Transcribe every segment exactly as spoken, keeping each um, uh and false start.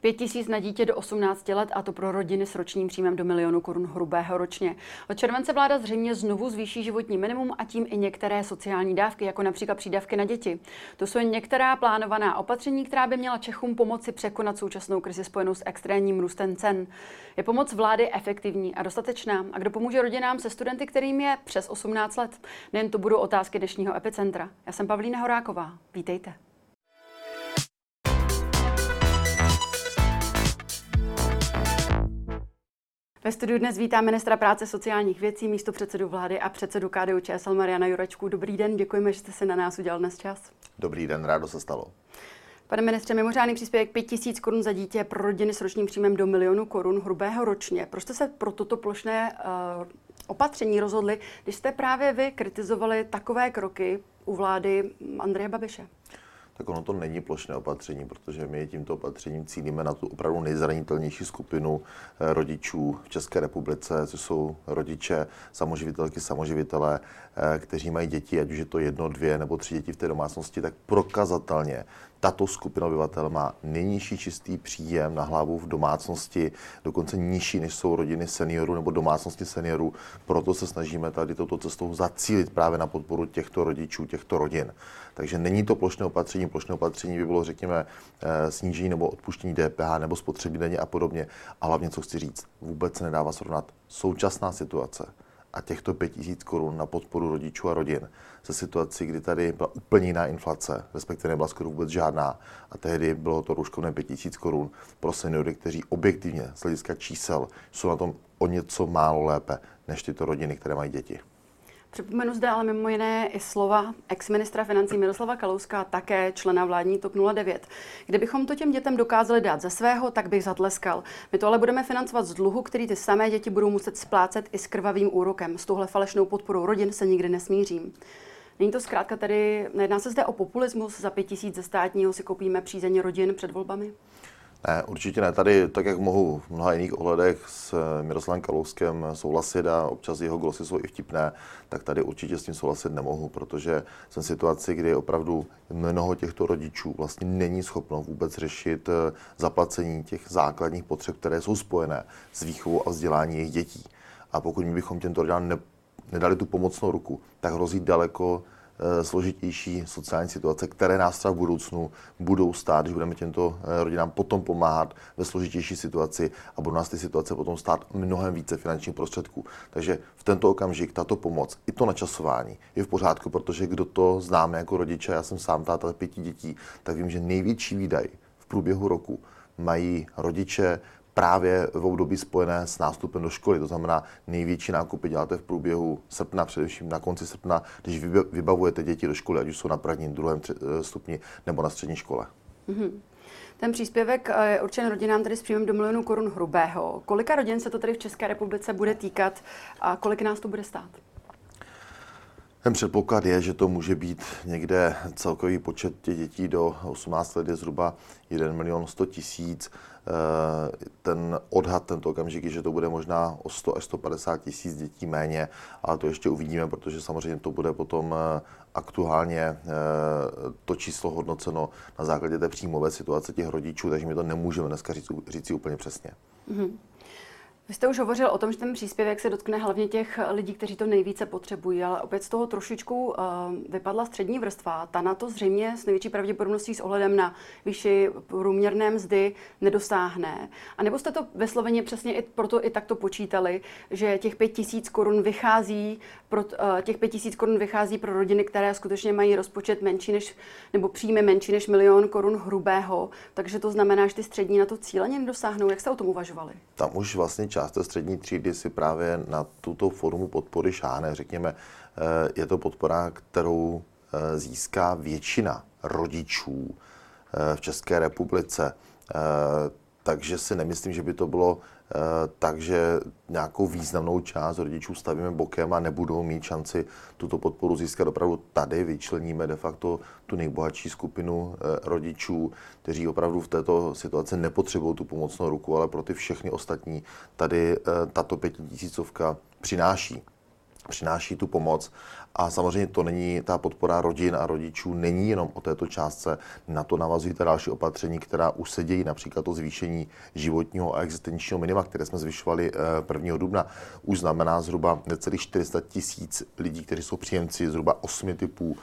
Pět tisíc na dítě do osmnácti let, a to pro rodiny s ročním příjmem do milionu korun hrubého ročně. Od července vláda zřejmě znovu zvýší životní minimum a tím i některé sociální dávky, jako například přídavky na děti. To jsou jen některá plánovaná opatření, která by měla Čechům pomoci překonat současnou krizi spojenou s extrémním růstem cen. Je pomoc vlády efektivní a dostatečná? A kdo pomůže rodinám se studenty, kterým je přes osmnáct let? Nejen to budou otázky dnešního Epicentra. Já jsem Pavlína Horáková. Vítejte. Ve studiu dnes vítám ministra práce sociálních věcí, místopředsedu vlády a předsedu K D U Č S L Mariana Jurečku. Dobrý den, děkujeme, že jste si na nás udělal dnes čas. Dobrý den, rádo se stalo. Pane ministře, mimořádný příspěvek pět tisíc korun za dítě pro rodiny s ročním příjmem do milionu korun hrubého ročně. Proč jste se pro toto plošné uh, opatření rozhodli, když jste právě vy kritizovali takové kroky u vlády Andreje Babiše? Tak ono to není plošné opatření, protože my tímto opatřením cílíme na tu opravdu nejzranitelnější skupinu rodičů v České republice, což jsou rodiče, samoživitelky, samoživitelé, kteří mají děti, ať už je to jedno, dvě nebo tři děti v té domácnosti, tak prokazatelně tato skupina obyvatel má nejnižší čistý příjem na hlavu v domácnosti, dokonce nižší, než jsou rodiny seniorů nebo domácnosti seniorů. Proto se snažíme tady touto cestou zacílit právě na podporu těchto rodičů, těchto rodin. Takže není to plošné opatření. Plošné opatření by bylo, řekněme, snížení nebo odpuštění D P H nebo spotřební daně a podobně. A hlavně, co chci říct, vůbec se nedává srovnat současná situace a těchto pět tisíc korun na podporu rodičů a rodin se situací, kdy tady byla úplně jiná inflace, respektive nebyla skoro vůbec žádná. A tehdy bylo to rouškovné pět tisíc korun pro seniory, kteří objektivně z hlediska čísel jsou na tom o něco málo lépe než tyto rodiny, které mají děti. Připomenu zde ale mimo jiné i slova ex-ministra financí Miroslava Kalouska, také člena vládní TOP nula devět. Kdybychom to těm dětem dokázali dát ze svého, tak bych zatleskal. My to ale budeme financovat z dluhu, který ty samé děti budou muset splácet i s krvavým úrokem. S touhle falešnou podporou rodin se nikdy nesmířím. Není to zkrátka tedy, nejedná se zde o populismus, za pět tisíc ze státního si koupíme přízeň rodin před volbami? Ne, určitě ne. Tady, tak jak mohu v mnoha jiných ohledech s Miroslavem Kalouskem souhlasit a občas jeho glosy jsou i vtipné, tak tady určitě s tím souhlasit nemohu, protože jsem v situaci, kdy opravdu mnoho těchto rodičů vlastně není schopno vůbec řešit zaplacení těch základních potřeb, které jsou spojené s výchovou a vzděláním jejich dětí. A pokud my bychom těmto rodinám ne, nedali tu pomocnou ruku, tak hrozí daleko složitější sociální situace, které nás třeba v budoucnu budou stát, když budeme těmto rodinám potom pomáhat ve složitější situaci a budou nás ty situace potom stát mnohem více finančních prostředků. Takže v tento okamžik tato pomoc, i to načasování je v pořádku, protože kdo to známe jako rodiče, já jsem sám táta pěti dětí, tak vím, že největší výdaj v průběhu roku mají rodiče právě v období spojené s nástupem do školy. To znamená, největší nákupy děláte v průběhu srpna, především na konci srpna, když vybavujete děti do školy, ať už jsou na prvním, druhém stupni nebo na střední škole. Mm-hmm. Ten příspěvek je určen rodinám tedy s příjmem do milionu korun hrubého. Kolika rodin se to tedy v České republice bude týkat a kolik nás to bude stát? Ten předpoklad je, že to může být někde celkový počet těch dětí do osmnácti let je zhruba jeden milion sto tisíc. Ten odhad, tento okamžik je, že to bude možná o sto až sto padesát tisíc dětí méně, ale to ještě uvidíme, protože samozřejmě to bude potom aktuálně to číslo hodnoceno na základě té příjmové situace těch rodičů, takže my to nemůžeme dneska říct, říct úplně přesně. Mm-hmm. Vy jste už hovořil o tom, že ten příspěvek se dotkne hlavně těch lidí, kteří to nejvíce potřebují, ale opět z toho trošičku uh, vypadla střední vrstva. Ta na to zřejmě s největší pravděpodobností s ohledem na výši průměrné mzdy nedosáhne. A nebo jste to vysloveně přesně i proto i takto počítali, že těch pět tisíc korun vychází pro, uh, těch pět tisíc korun vychází pro rodiny, které skutečně mají rozpočet menší než, nebo příjmy menší než milion korun hrubého, takže to znamená, že ty střední na to cíleně nedosáhnou. Jak jste o tom uvažovali? Tam už vlastně část té střední třídy si právě na tuto formu podpory šáhne. Řekněme, je to podpora, kterou získá většina rodičů v České republice. Takže si nemyslím, že by to bylo tak, že nějakou významnou část rodičů stavíme bokem a nebudou mít šanci tuto podporu získat. Opravdu tady vyčleníme de facto tu nejbohatší skupinu rodičů, kteří opravdu v této situaci nepotřebují tu pomocnou ruku, ale pro ty všechny ostatní tady tato pětitisícovka přináší. přináší tu pomoc. A samozřejmě to není, ta podpora rodin a rodičů není jenom o této částce. Na to navazují ta další opatření, která už se dějí, například to zvýšení životního a existenčního minima, které jsme zvyšovali prvního dubna. Už znamená zhruba necelých čtyři sta tisíc lidí, kteří jsou příjemci zhruba osmi typů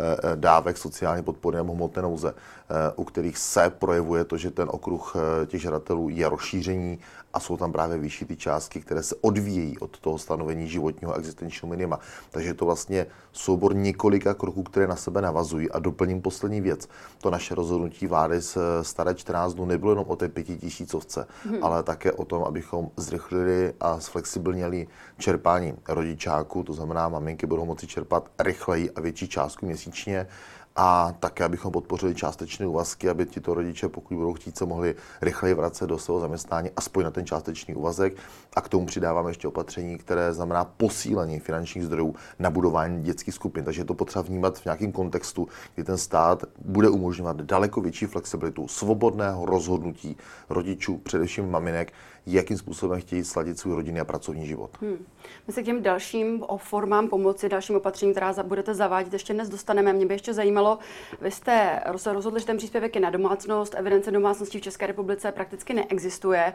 dávek sociální podpory nebo hmotné nouze, u kterých se projevuje to, že ten okruh těch žadatelů je rozšíření a jsou tam právě vyšší ty částky, které se odvíjejí od toho stanovení životního a existenčního minima. Takže je to vlastně soubor několika kroků, které na sebe navazují. A doplním poslední věc. To naše rozhodnutí vlády z staré čtrnáct dnů nebylo jenom o té pětitisícovce, hmm. ale také o tom, abychom zrychlili a zflexibilněli čerpání rodičáku, to znamená, maminky budou moci čerpat rychleji a větší částku měsíčně. A také, abychom podpořili částečné úvazky, aby tito rodiče, pokud budou chtít, se mohli rychleji vracet do svého zaměstnání, aspoň na ten částečný úvazek. A k tomu přidáváme ještě opatření, které znamená posílení finančních zdrojů na budování dětských skupin. Takže je to potřeba vnímat v nějakém kontextu, kdy ten stát bude umožňovat daleko větší flexibilitu svobodného rozhodnutí rodičů, především maminek, jakým způsobem chtějí sladit svůj rodinný a pracovní život. Hmm. My se k těm dalším formám pomoci, dalším opatřením, která budete zavádět, ještě dnes dostaneme. Mě by ještě zajímalo, vy jste se rozhodli, že ten příspěvek je na domácnost, evidence domácností v České republice prakticky neexistuje.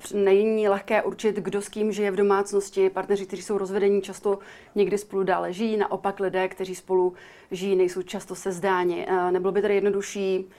Není lehké určit, kdo s kým žije v domácnosti. Partneři, kteří jsou rozvedení, často někdy spolu dále žijí, naopak lidé, kteří spolu žijí, nejsou často sezdáni. Nebylo by tedy jednodušší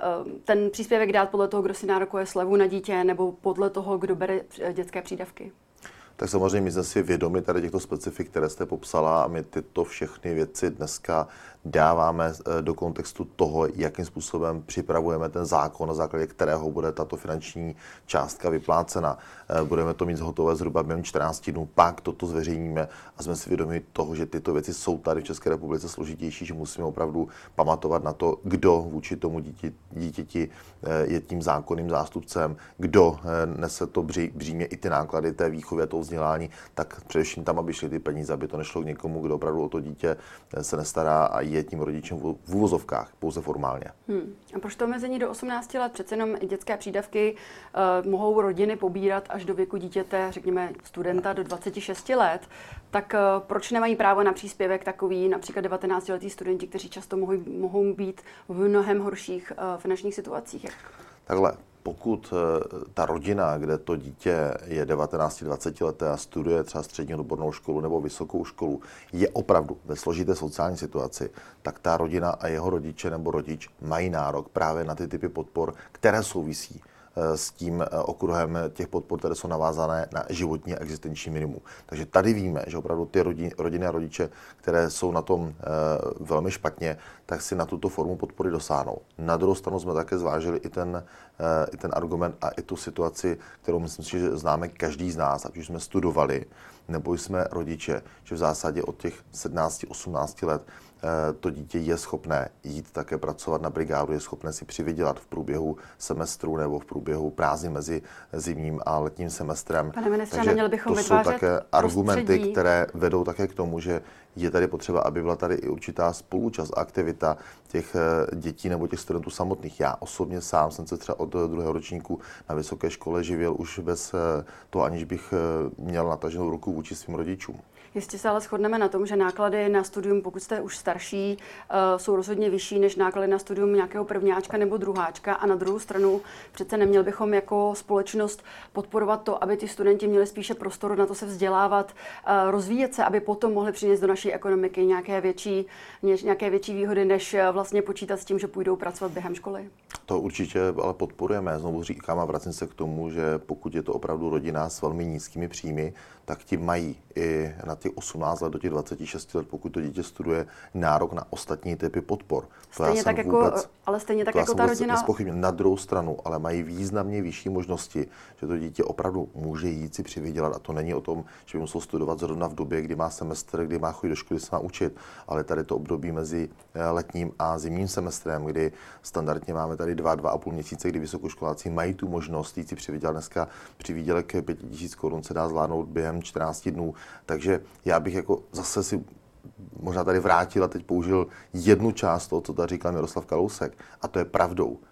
ten příspěvek dát podle toho, kdo si nárokuje slevu na dítě, nebo podle toho, kdo bere dětské přídavky? Tak samozřejmě my jsme si vědomi tady těchto specifik, které jste popsala, a my tyto všechny věci dneska dáváme do kontextu toho, jakým způsobem připravujeme ten zákon, na základě kterého bude tato finanční částka vyplácena. Budeme to mít hotové zhruba během čtrnácti dnů, pak toto zveřejníme a jsme si vědomi toho, že tyto věci jsou tady v České republice složitější, že musíme opravdu pamatovat na to, kdo vůči tomu dítě, dítěti je tím zákonným zástupcem, kdo nese to bří, břímě i ty náklady té výchovy a toho vzdělání, tak především tam, aby šly ty peníze, aby to nešlo k někomu, kdo opravdu o to dítě se nestará a je tím rodičem v uvozovkách, pouze formálně. Hmm. A proč to omezení do osmnácti let? Přece jenom dětské přídavky uh, mohou rodiny pobírat až do věku dítěte, řekněme studenta do dvaceti šesti let. Tak uh, proč nemají právo na příspěvek takový například devatenáctiletí studenti, kteří často mohou, mohou být v mnohem horších uh, finančních situacích? Jak? Takhle. Pokud ta rodina, kde to dítě je devatenáct dvacet leté a studuje třeba střední odbornou školu nebo vysokou školu, je opravdu ve složité sociální situaci, tak ta rodina a jeho rodiče nebo rodič mají nárok právě na ty typy podpor, které souvisí s tím okruhem těch podpor, které jsou navázané na životní a existenční minimum. Takže tady víme, že opravdu ty rodiny, rodiny a rodiče, které jsou na tom e, velmi špatně, tak si na tuto formu podpory dosáhnou. Na druhou stranu jsme také zvážili i ten, e, i ten argument a i tu situaci, kterou myslím si, že známe každý z nás, ať už jsme studovali, nebo jsme rodiče, že v zásadě od těch sedmnácti osmnácti let to dítě je schopné jít také pracovat na brigádu, je schopné si přivydělat v průběhu semestru nebo v průběhu prázdnin mezi zimním a letním semestrem. Pane ministře, neměli bychom to vytvářet jsou také argumenty, prostředí, které vedou také k tomu, že je tady potřeba, aby byla tady i určitá spoluúčast a aktivita těch dětí nebo těch studentů samotných. Já osobně sám jsem se třeba od druhého ročníku na vysoké škole živil už bez toho, aniž bych měl nataženou ruku vůči svým rodičům. Jistě se ale shodneme na tom, že náklady na studium, pokud jste už starší, jsou rozhodně vyšší než náklady na studium nějakého prvňáčka nebo druháčka. A na druhou stranu přece neměli bychom jako společnost podporovat to, aby ti studenti měli spíše prostor na to se vzdělávat, rozvíjet se, aby potom mohli přinést do naší ekonomiky nějaké větší, nějaké větší výhody, než vlastně počítat s tím, že půjdou pracovat během školy. To určitě ale podporujeme. Znovu říkám a vracím se k tomu, že pokud je to opravdu rodina s velmi nízkými příjmy, tak ti mají i na těch osmnáct let do těch dvaceti šesti let, pokud to dítě studuje, nárok na ostatní typy podpor. Stejně tak jako, vůbec, ale stejně tak jako ta rodina... Na druhou stranu, ale mají významně vyšší možnosti, že to dítě opravdu může jít si přivydělat. A to není o tom, že by musel studovat zrovna v době, kdy má semestr, kdy má chodit do školy, se má učit, ale tady to období mezi letním a zimním semestrem, kdy standardně máme tady dva, dva a půl měsíce, kdy vysokoškoláci mají tu možnost jít si přivydělat. Dneska přivydělek pět tisíc korun se dá zvládnout během čtrnácti dnů. Takže já bych jako zase si možná tady vrátil a teď použil jednu část toho, co tady říkal Miroslav Kalousek. A to je pravdou,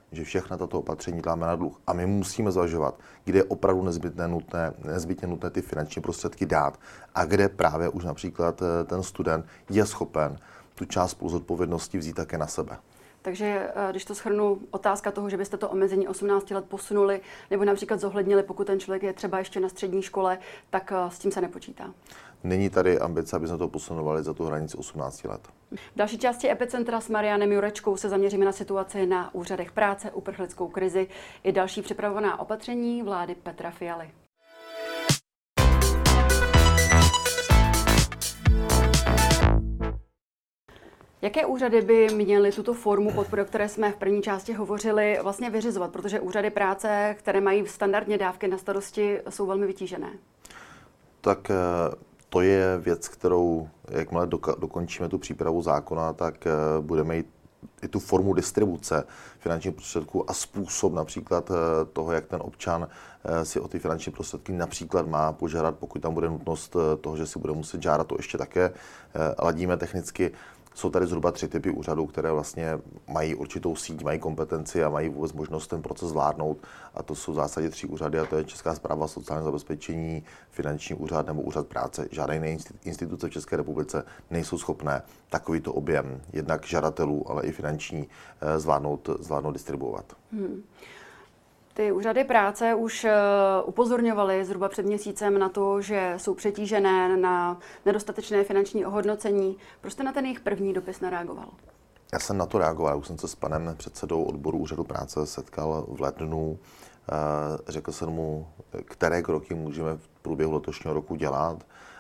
že všechna tato opatření děláme na dluh. A my musíme zvažovat, kde je opravdu nezbytné nutné, nezbytně nutné ty finanční prostředky dát a kde právě už například ten student je schopen tu část spolu zodpovědnosti vzít také na sebe. Takže když to shrnu, otázka toho, že byste to omezení osmnácti let posunuli nebo například zohlednili, pokud ten člověk je třeba ještě na střední škole, tak s tím se nepočítá. Není tady ambice, aby jsme to posunovali za tu hranici osmnácti let. V další části Epicentra s Marianem Jurečkou se zaměříme na situaci na úřadech práce, uprchlickou krizi i další připravovaná opatření vlády Petra Fialy. Jaké úřady by měly tuto formu podpory, o které jsme v první části hovořili, vlastně vyřizovat? Protože úřady práce, které mají standardně dávky na starosti, jsou velmi vytížené. Tak to je věc, kterou, jakmile dokončíme tu přípravu zákona, tak budeme mít i tu formu distribuce finančních prostředků a způsob například toho, jak ten občan si o ty finanční prostředky například má požádat, pokud tam bude nutnost toho, že si bude muset žádat, to ještě také ladíme technicky. Jsou tady zhruba tři typy úřadů, které vlastně mají určitou síť, mají kompetenci a mají vůbec možnost ten proces zvládnout. A to jsou v zásadě tři úřady, a to je Česká správa sociálního zabezpečení, Finanční úřad nebo Úřad práce. Žádné jiné instituce v České republice nejsou schopné takovýto objem jednak žadatelů, ale i finanční zvládnout, zvládnout distribuovat. Hmm. Ty úřady práce už upozorňovaly zhruba před měsícem na to, že jsou přetížené, na nedostatečné finanční ohodnocení. Proč jste na ten jejich první dopis nereagoval? Já jsem na to reagoval. Už jsem se s panem předsedou odboru úřadu práce setkal v lednu. Řekl jsem mu, které kroky můžeme v průběhu letošního roku dělat.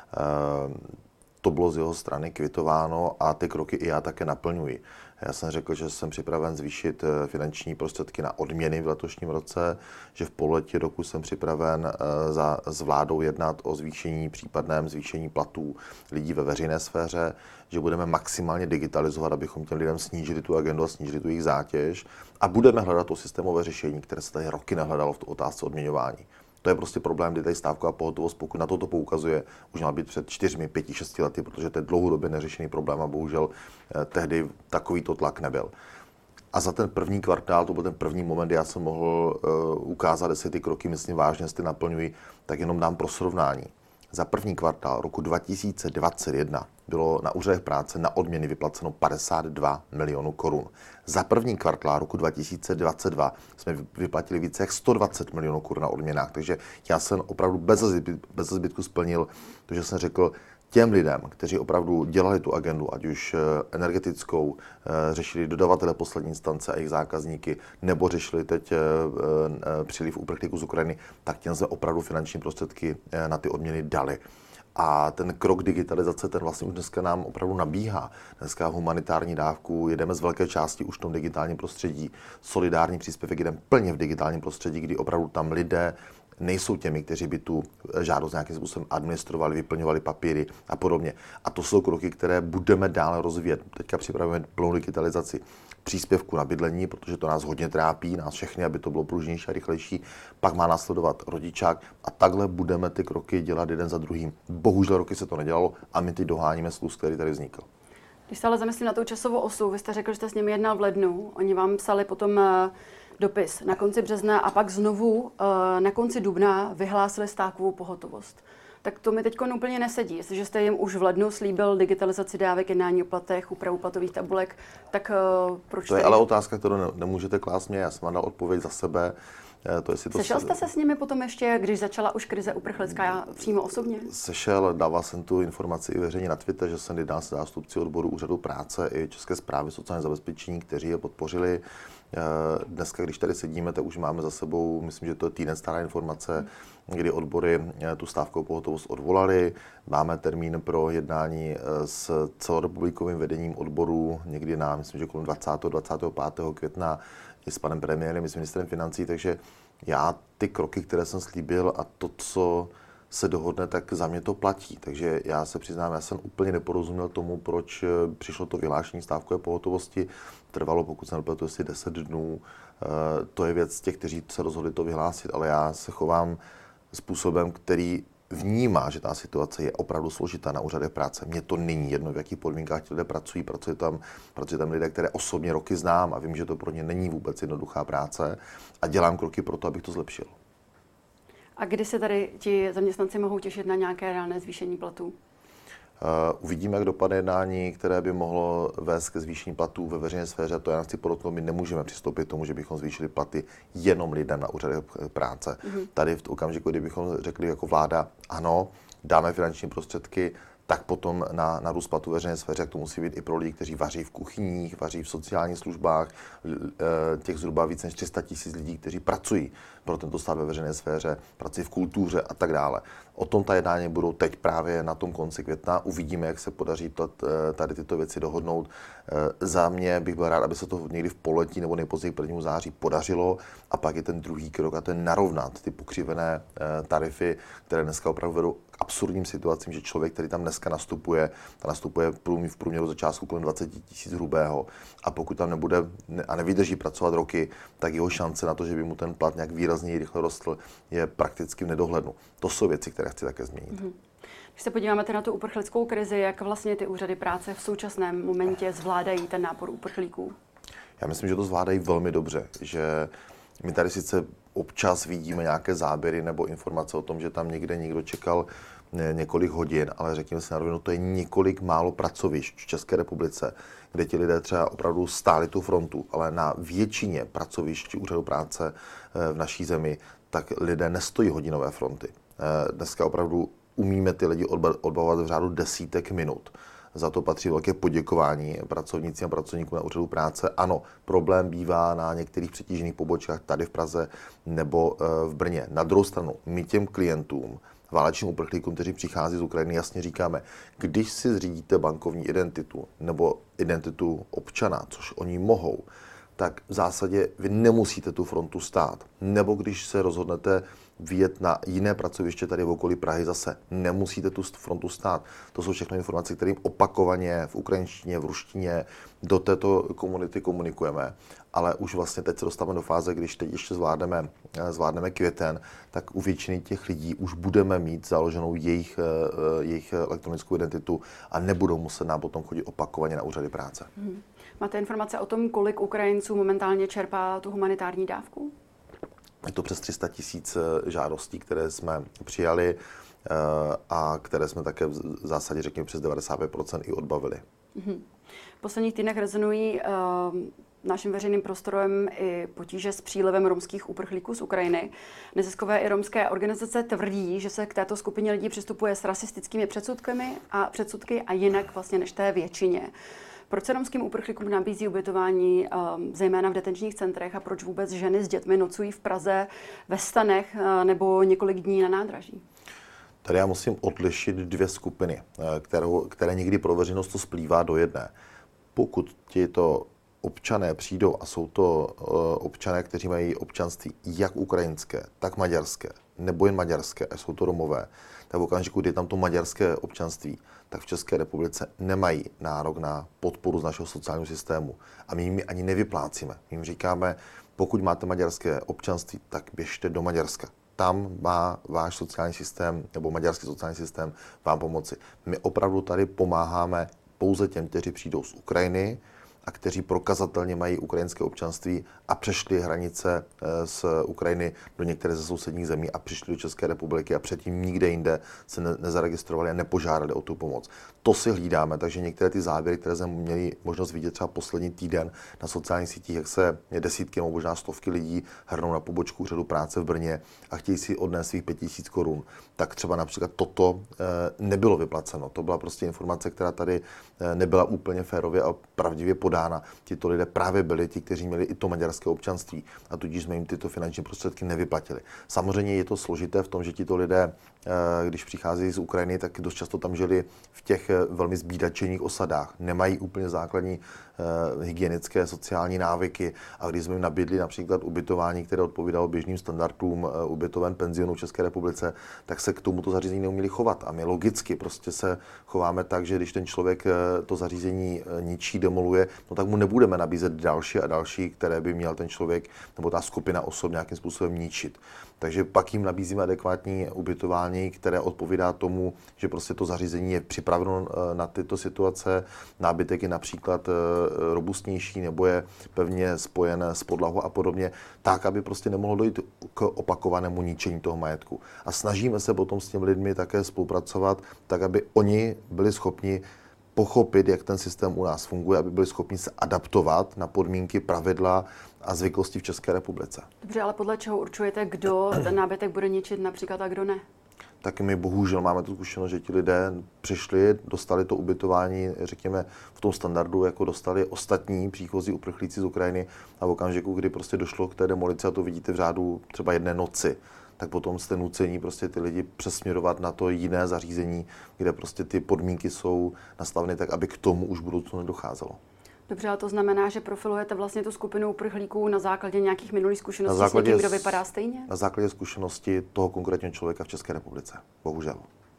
To bylo z jeho strany kvitováno a ty kroky i já také naplňuji. Já jsem řekl, že jsem připraven zvýšit finanční prostředky na odměny v letošním roce, že v pololetí roku jsem připraven za, s vládou jednat o zvýšení, případném zvýšení platů lidí ve veřejné sféře, že budeme maximálně digitalizovat, abychom těm lidem snížili tu agendu a snížili tu jejich zátěž a budeme hledat to systémové řešení, které se tady roky nehledalo v otázce odměňování. To je prostě problém, kdy tady stávková pohotovost, pokud na toto poukazuje, už měla být před čtyřmi, pěti, šesti lety, protože to je dlouhodobě neřešený problém a bohužel eh, tehdy takovýto tlak nebyl. A za ten první kvartál, to byl ten první moment, kdy já jsem mohl uh, ukázat, jestli ty kroky, myslím vážně, jestli naplňují, tak jenom dám pro srovnání. Za první kvartál roku dva tisíce dvacet jedna bylo na úřadech práce na odměny vyplaceno padesát dva milionů korun. Za první kvartál roku dva tisíce dvacet dva jsme vyplatili více jak sto dvacet milionů korun na odměnách. Takže já jsem opravdu bez zbytku, bez zbytku splnil to, že jsem řekl těm lidem, kteří opravdu dělali tu agendu, ať už energetickou, řešili dodavatele poslední instance a jejich zákazníky, nebo řešili teď příliv uprchlíků z Ukrajiny, tak těm jsme opravdu finanční prostředky na ty odměny dali. A ten krok digitalizace, ten vlastně už dneska nám opravdu nabíhá. Dneska humanitární dávku jedeme z velké části už v tom digitálním prostředí. Solidární příspěvek jedeme plně v digitálním prostředí, kdy opravdu tam lidé nejsou těmi, kteří by tu žádost nějakým způsobem administrovali, vyplňovali papíry a podobně. A to jsou kroky, které budeme dále rozvíjet. Teďka připravujeme plnou digitalizaci příspěvku na bydlení, protože to nás hodně trápí, nás všechny, aby to bylo pružnější a rychlejší. Pak má následovat rodičák a takhle budeme ty kroky dělat jeden za druhým. Bohužel roky se to nedělalo a my teď doháníme skluz, který tady vznikl. Když se ale zamyslím na tou časovou osu, vy jste řekl, že jste s nimi jednal v lednu, oni vám psali potom dopis na konci března a pak znovu na konci dubna vyhlásili stávkovou pohotovost. Tak to mi teď úplně nesedí. Jestliže jste jim už v lednu slíbil digitalizaci dávek, jednání o platech, úpravu platových tabulek, tak uh, proč... To je ale otázka, kterou ne, nemůžete klást mě. Já jsem vám dal odpověď za sebe. To, jestli to Sešel jste se s nimi potom ještě, když začala už krize uprchlická, přímo osobně? Sešel, dával jsem tu informaci i veřejně na Twitter, že jsem jednal s zástupci odboru úřadu práce i České správy sociálního zabezpečení, kteří je podpořili. Dneska, když tady sedíme, tak už máme za sebou, myslím, že to je týden stará informace, kdy odbory tu stávkovou pohotovost odvolali. Máme termín pro jednání s celorepublikovým vedením odboru někdy na, myslím, že kolem dvacátého dvacátého pátého května i s panem premiérem, i s ministrem financí, takže já ty kroky, které jsem slíbil a to, co se dohodne, tak za mě to platí. Takže já se přiznám, já jsem úplně neporozuměl tomu, proč přišlo to vyhlášení stávkové pohotovosti. Trvalo, pokud jsem nepletu, asi deset dnů. To je věc těch, kteří se rozhodli to vyhlásit, ale já se chovám způsobem, který vnímá, že ta situace je opravdu složitá na úřadech práce. Mně to není jedno, v jakých podmínkách ti lidé pracují. Pracují tam, pracují tam lidé, které osobně roky znám a vím, že to pro ně není vůbec jednoduchá práce a dělám kroky pro to, abych to zlepšil. A kdy se tady ti zaměstnanci mohou těšit na nějaké reálné zvýšení platů? Uh, uvidíme, jak dopadne jednání, které by mohlo vést ke zvýšení platů ve veřejné sféře. To já chci podotknout, my nemůžeme přistoupit k tomu, že bychom zvýšili platy jenom lidem na úřadech práce. Mm-hmm. Tady v okamžiku, kdybychom řekli jako vláda, ano, dáme finanční prostředky, tak potom na, na růst platů veřejné sféře, jak to musí být i pro lidi, kteří vaří v kuchyních, vaří v sociálních službách, těch zhruba víc než tři sta tisíc lidí, kteří pracují pro tento stát ve veřejné sféře, pracují v kultuře a tak dále. O tom ta jednání budou teď právě na tom konci května. Uvidíme, jak se podaří tady tyto věci dohodnout. Za mě bych byl rád, aby se to někdy v poletí nebo nejpozději k prvnímu září podařilo a pak je ten druhý krok a ten narovnat ty pokřivené tarify, které dneska opravdu vedou k absurdním situacím, že člověk, který tam dneska nastupuje, ta nastupuje v průměru za částku kolem dvacet tisíc hrubého a pokud tam nebude a nevydrží pracovat roky, tak jeho šance na to, že by mu ten plat nějak výrazněji rychle rostl, je prakticky v nedohlednu. To jsou věci, které chci také změnit. Mm-hmm. Když se podíváme na tu uprchlickou krizi, jak vlastně ty úřady práce v současném momentě zvládají ten nápor uprchlíků? Já myslím, že to zvládají velmi dobře, že my tady sice občas vidíme nějaké záběry nebo informace o tom, že tam někde někdo čekal několik hodin, ale řekněme si na rovinu, to je několik málo pracovišť v České republice, kde ti lidé třeba opravdu stáli tu frontu, ale na většině pracovišť úřadu práce v naší zemi, tak lidé nestojí hodinové fronty. Dneska opravdu umíme ty lidi odbavovat v řádu desítek minut. Za to patří velké poděkování pracovnícím a pracovníkům na úřadu práce. Ano, problém bývá na některých přetížených pobočkách tady v Praze nebo v Brně. Na druhou stranu, my těm klientům, válečným uprchlíkům, kteří přichází z Ukrajiny, jasně říkáme, když si zřídíte bankovní identitu nebo identitu občana, což oni mohou, tak v zásadě vy nemusíte tu frontu stát. Nebo když se rozhodnete vyjet na jiné pracoviště tady v okolí Prahy zase, nemusíte tu frontu stát. To jsou všechno informace, kterým opakovaně v ukrajinštině, v ruštině do této komunity komunikujeme. Ale už vlastně teď se dostáváme do fáze, když teď ještě zvládneme, zvládneme květen, tak u většiny těch lidí už budeme mít založenou jejich, jejich elektronickou identitu a nebudou muset nám potom chodit opakovaně na úřady práce. Hmm. Máte informace o tom, kolik Ukrajinců momentálně čerpá tu humanitární dávku? Je to přes tři sta tisíc žádostí, které jsme přijali a které jsme také v zásadě, řekněme, přes devadesát pět procent i odbavili. Mm-hmm. V posledních týdnech rezonují uh, naším veřejným prostorem i potíže s přílivem romských uprchlíků z Ukrajiny. Neziskové i romské organizace tvrdí, že se k této skupině lidí přistupuje s rasistickými předsudky a, předsudky a jinak vlastně než té většině. Proč se romským uprchlíkům nabízí ubytování um, zejména v detenčních centrech a proč vůbec ženy s dětmi nocují v Praze ve stanech uh, nebo několik dní na nádraží? Tady já musím odlišit dvě skupiny, kterou, které někdy pro veřejnost to splývá do jedné. Pokud tito občané přijdou a jsou to uh, občané, kteří mají občanství jak ukrajinské, tak maďarské, nebo jen maďarské, a jsou to Romové, tak v okamžiku, kdy je tam to maďarské občanství, tak v České republice nemají nárok na podporu z našeho sociálního systému. A my jim ani nevyplácíme. My jim říkáme, pokud máte maďarské občanství, tak běžte do Maďarska. Tam má váš sociální systém, nebo maďarský sociální systém vám pomoci. My opravdu tady pomáháme pouze těm, kteří přijdou z Ukrajiny a kteří prokazatelně mají ukrajinské občanství a přešli hranice z Ukrajiny do některé ze sousedních zemí a přišli do České republiky a předtím nikde jinde se ne- nezaregistrovali a nepožádali o tu pomoc. To si hlídáme, takže některé ty záběry, které jsme měli možnost vidět třeba poslední týden na sociálních sítích, jak se desítky nebo možná stovky lidí hrnou na pobočku úřadu práce v Brně a chtějí si odnést svých pět tisíc korun, tak třeba například toto e, nebylo vyplaceno. To byla prostě informace, která tady e, nebyla úplně férově a pravdivě podána. Tito lidé právě byli ti, kteří měli i to maďarské občanství a tudíž jsme jim tyto finanční prostředky nevyplatili. Samozřejmě je to složité v tom, že tito lidé, když přichází z Ukrajiny, tak dost často tam žili v těch velmi zbídačených osadách. Nemají úplně základní hygienické sociální návyky a když jsme jim nabídli například ubytování, které odpovídalo běžným standardům ubytoven penzionů v České republice, tak se k tomuto zařízení neuměli chovat. A my logicky prostě se chováme tak, že když ten člověk to zařízení ničí, demoluje, no tak mu nebudeme nabízet další a další, které by měl ten člověk nebo ta skupina osob nějakým způsobem ničit. Takže pak jim nabízíme adekvátní ubytování, které odpovídá tomu, že prostě to zařízení je připraveno na tyto situace. Nábytek je například robustnější nebo je pevně spojen s podlahou a podobně, tak, aby prostě nemohlo dojít k opakovanému ničení toho majetku. A snažíme se potom s těmi lidmi také spolupracovat, tak, aby oni byli schopni pochopit, jak ten systém u nás funguje, aby byli schopni se adaptovat na podmínky, pravidla a zvyklosti v České republice. Dobře, ale podle čeho určujete, kdo ten nábytek bude ničit například a kdo ne? Tak my bohužel máme tu zkušenost, že ti lidé přišli, dostali to ubytování, řekněme, v tom standardu, jako dostali ostatní příchozí uprchlíci z Ukrajiny a v okamžiku, kdy prostě došlo k té demolici, a to vidíte v řádu třeba jedné noci, tak potom jste nuceni prostě ty lidi přesměrovat na to jiné zařízení, kde prostě ty podmínky jsou nastaveny tak, aby k tomu už v budoucnu nedocházelo. Dobře, ale to znamená, že profilujete vlastně tu skupinu uprchlíků na základě nějakých minulých zkušeností s někým, kdo vypadá stejně? Na základě zkušenosti toho konkrétního člověka v České republice, bohužel.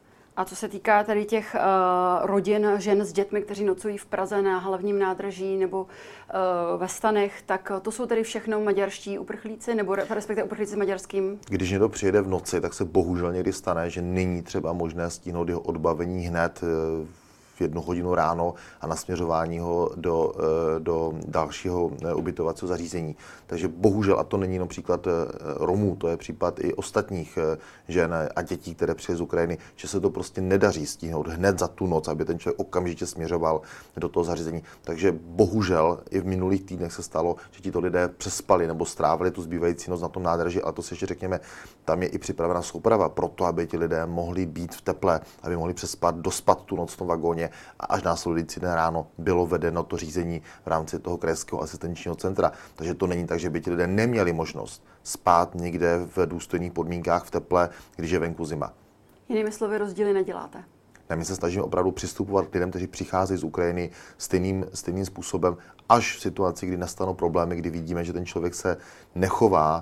A co se týká tady těch uh, rodin, žen s dětmi, kteří nocují v Praze na hlavním nádraží nebo uh, ve stanech, tak to jsou tedy všechno maďarští uprchlíci nebo respektive uprchlíci s maďarským? Když někdo přijede v noci, tak se bohužel někdy stane, že není třeba možné stihnout jeho odbavení hned uh, v jednu hodinu ráno a nasměřování ho do, do dalšího ubytovacího zařízení. Takže bohužel, a to není jenom příklad Romů, to je případ i ostatních žen a dětí, které přijeli z Ukrajiny, že se to prostě nedaří stihnout hned za tu noc, aby ten člověk okamžitě směřoval do toho zařízení. Takže bohužel i v minulých týdnech se stalo, že tito lidé přespali nebo strávili tu zbývající noc na tom nádraží, ale to si ještě řekněme, tam je i připravena souprava pro to, aby ti lidé mohli být v teple, aby mohli přespat, dospat tu noc v tom vagóně a až následující den ráno bylo vedeno to řízení v rámci toho krajského asistenčního centra. Takže to není tak, že by ti lidé neměli možnost spát někde v důstojných podmínkách v teple, když je venku zima. Jinými slovy, rozdíly neděláte. Ne, my se snažíme opravdu přistupovat k lidem, kteří přicházejí z Ukrajiny stejným, stejným způsobem, až v situaci, kdy nastanou problémy, kdy vidíme, že ten člověk se nechová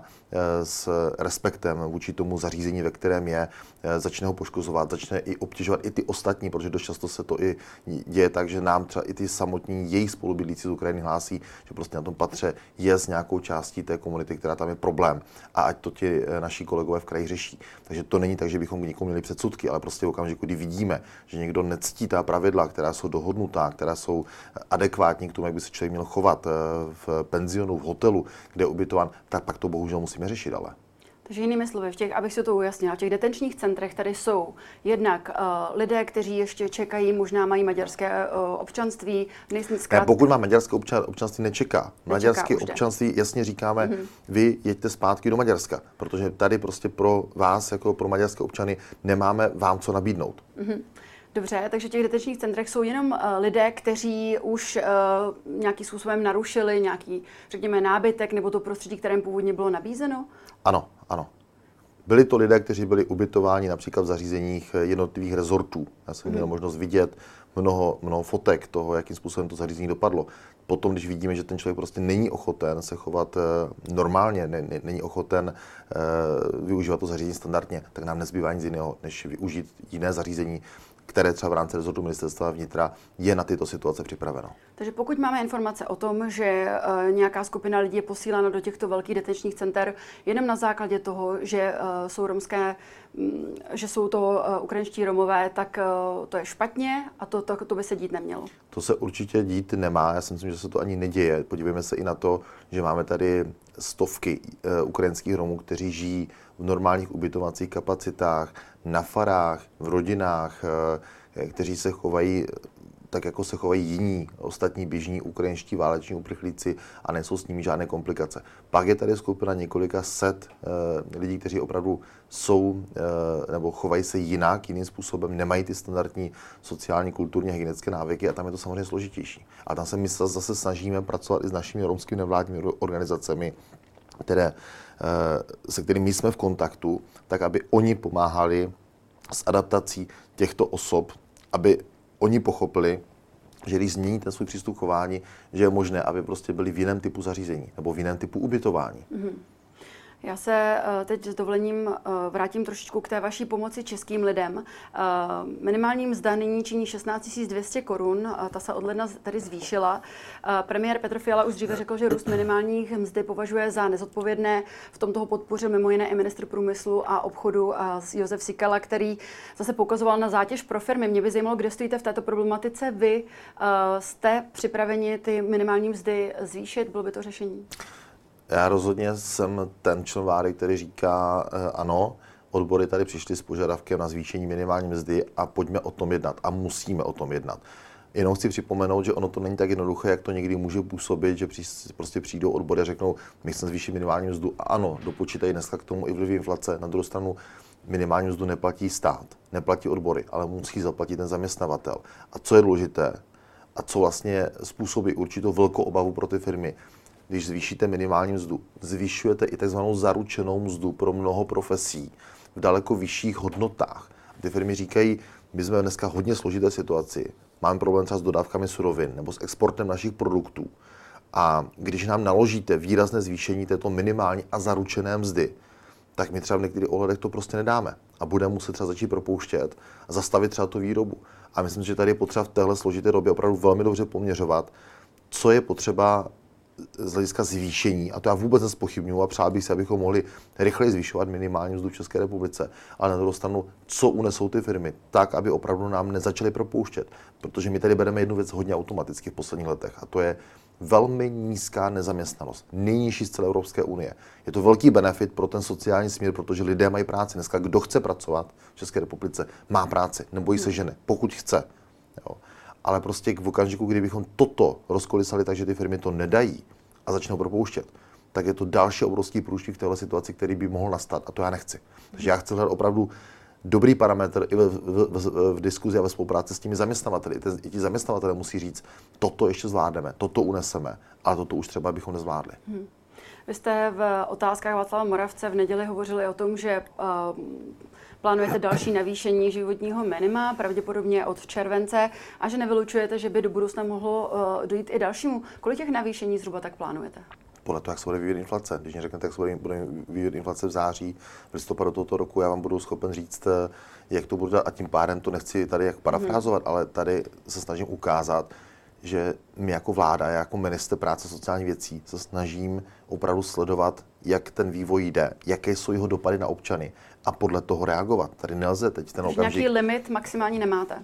s respektem vůči tomu zařízení, ve kterém je, začne ho poškozovat, začne i obtěžovat i ty ostatní, protože dost často se to i děje tak, že nám třeba i ty samotní jejich spolubydlící z Ukrajiny hlásí, že prostě na tom patře je s nějakou částí té komunity, která tam je problém, a ať to ti naši kolegové v kraji řeší. Takže to není tak, že bychom k někomu měli předsudky, ale prostě v okamžiku, kdy vidíme, že někdo nectí ta pravidla, která jsou dohodnutá, která jsou adekvátní k tomu, jak by se člověk měl chovat v penzionu, v hotelu, kde je ubytován, tak pak to bohužel musíme řešit ale. Takže jinými slovy, v těch, abych si to ujasnila, v těch detenčních centrech tady jsou jednak uh, lidé, kteří ještě čekají, možná mají maďarské uh, občanství. Zkrát... Ne, pokud má maďarské občan, občanství, nečeká. nečeká maďarské občanství jasně říkáme, mm-hmm. vy jeďte zpátky do Maďarska, protože tady prostě pro vás, jako pro maďarské občany, nemáme vám co nabídnout. Mm-hmm. Dobře, takže v těch detenčních centrech jsou jenom uh, lidé, kteří už uh, nějakým způsobem narušili nějaký, řekněme, nábytek nebo to prostředí, které jim původně bylo nabízeno? Ano, ano. Byli to lidé, kteří byli ubytováni například v zařízeních jednotlivých rezortů. Já jsem měl mm. možnost vidět mnoho, mnoho fotek toho, jakým způsobem to zařízení dopadlo. Potom, když vidíme, že ten člověk prostě není ochoten se chovat normálně, ne, ne, není ochoten uh, využívat to zařízení standardně, tak nám nezbývá nic jiného, než využít jiné zařízení, které třeba v rámci rezortu ministerstva vnitra je na tyto situace připraveno. Takže pokud máme informace o tom, že uh, nějaká skupina lidí je posílána do těchto velkých detenčních center jenom na základě toho, že uh, jsou romské, um, že jsou to uh, ukrajinští Romové, tak uh, to je špatně a to, to, to by se dít nemělo. To se určitě dít nemá. Já si myslím, že se to ani neděje. Podívejme se i na to, že máme tady stovky uh, ukrajinských Romů, kteří žijí v normálních ubytovacích kapacitách, na farách, v rodinách, kteří se chovají tak, jako se chovají jiní ostatní běžní ukrajinští váleční uprchlíci a nejsou s nimi žádné komplikace. Pak je tady skupina několika set e, lidí, kteří opravdu jsou e, nebo chovají se jinak, jiným způsobem, nemají ty standardní sociální, kulturní, hygienické návyky a tam je to samozřejmě složitější. A tam se my zase snažíme pracovat i s našimi romskými nevládními organizacemi, které, se kterými jsme v kontaktu, tak aby oni pomáhali s adaptací těchto osob, aby oni pochopili, že když změní ten svůj přístup chování, že je možné, aby prostě byli v jiném typu zařízení nebo v jiném typu ubytování. Mm-hmm. Já se teď s dovolením vrátím trošičku k té vaší pomoci českým lidem. Minimální mzda nyní činí šestnáct tisíc dvě stě korun, ta se od ledna tady zvýšila. Premiér Petr Fiala už dříve řekl, že růst minimálních mzdy považuje za nezodpovědné. V tom toho podpořil mimo jiné i ministr průmyslu a obchodu Josef Síkela, který zase poukazoval na zátěž pro firmy. Mě by zajímalo, kde stojíte v této problematice vy. Jste připraveni ty minimální mzdy zvýšit? Bylo by to řešení? Já rozhodně jsem ten člen vlády, který říká eh, ano, odbory tady přišly s požadavkem na zvýšení minimální mzdy a pojďme o tom jednat a musíme o tom jednat. Jenom chci připomenout, že ono to není tak jednoduché, jak to někdy může působit, že prostě přijdou odbory a řeknou, my chceme zvýšit minimální mzdu a ano, dopočítají dneska k tomu i vliv inflace. Na druhou stranu minimální mzdu neplatí stát, neplatí odbory, ale musí zaplatit ten zaměstnavatel. A co je důležité a co vlastně způsobí určitou velkou obavu pro ty firmy, když zvýšíte minimální mzdu, zvyšujete i takzvanou zaručenou mzdu pro mnoho profesí v daleko vyšších hodnotách. Ty firmy říkají, my jsme dneska hodně složité situaci, máme problém třeba s dodávkami surovin nebo s exportem našich produktů. A když nám naložíte výrazné zvýšení této minimální a zaručené mzdy, tak my třeba v některých ohledech to prostě nedáme a budeme muset třeba začít propouštět a zastavit třeba tu výrobu. A myslím, že tady je potřeba v téhle složité době opravdu velmi dobře poměřovat, co je potřeba z hlediska zvýšení, a to já vůbec nezpochybnuju a přál bych si, abychom mohli rychleji zvyšovat minimální mzdu v České republice, ale na druhou stranu, co unesou ty firmy, tak, aby opravdu nám nezačaly propouštět. Protože my tady bereme jednu věc hodně automaticky v posledních letech a to je velmi nízká nezaměstnanost, nejnižší z celé Evropské unie. Je to velký benefit pro ten sociální směr, protože lidé mají práci. Dneska kdo chce pracovat v České republice, má práci, nebojí se ženy, pokud chce. Jo. Ale prostě v okamžiku, kdybychom toto rozkolisali tak, že ty firmy to nedají a začnou propouštět, tak je to další obrovský průšvih v této situaci, který by mohl nastat a to já nechci. Takže já chci hledat opravdu dobrý parametr i v, v, v, v diskuzi a ve spolupráci s těmi zaměstnavateli. I ti zaměstnavatele musí říct, toto ještě zvládneme, toto uneseme, ale toto už třeba bychom nezvládli. Hmm. Vy jste v Otázkách Václava Moravce v neděli hovořili o tom, že uh, plánujete další navýšení životního minima, pravděpodobně od července, a že nevylučujete, že by do budoucna mohlo uh, dojít i dalšímu. Kolik těch navýšení zhruba tak plánujete? Podle toho, jak se bude vyvíjet inflace. Když mě řeknete, jak se bude vyvíjet inflace v září, v listopadu tohoto roku, já vám budu schopen říct, jak to bude, a tím pádem to nechci tady jak parafrázovat, hmm. ale tady se snažím ukázat, že my jako vláda, jako ministr práce a sociálních věcí se snažím opravdu sledovat, jak ten vývoj jde, jaké jsou jeho dopady na občany a podle toho reagovat. Tady nelze teď ten okamžik... Nějaký limit maximální nemáte?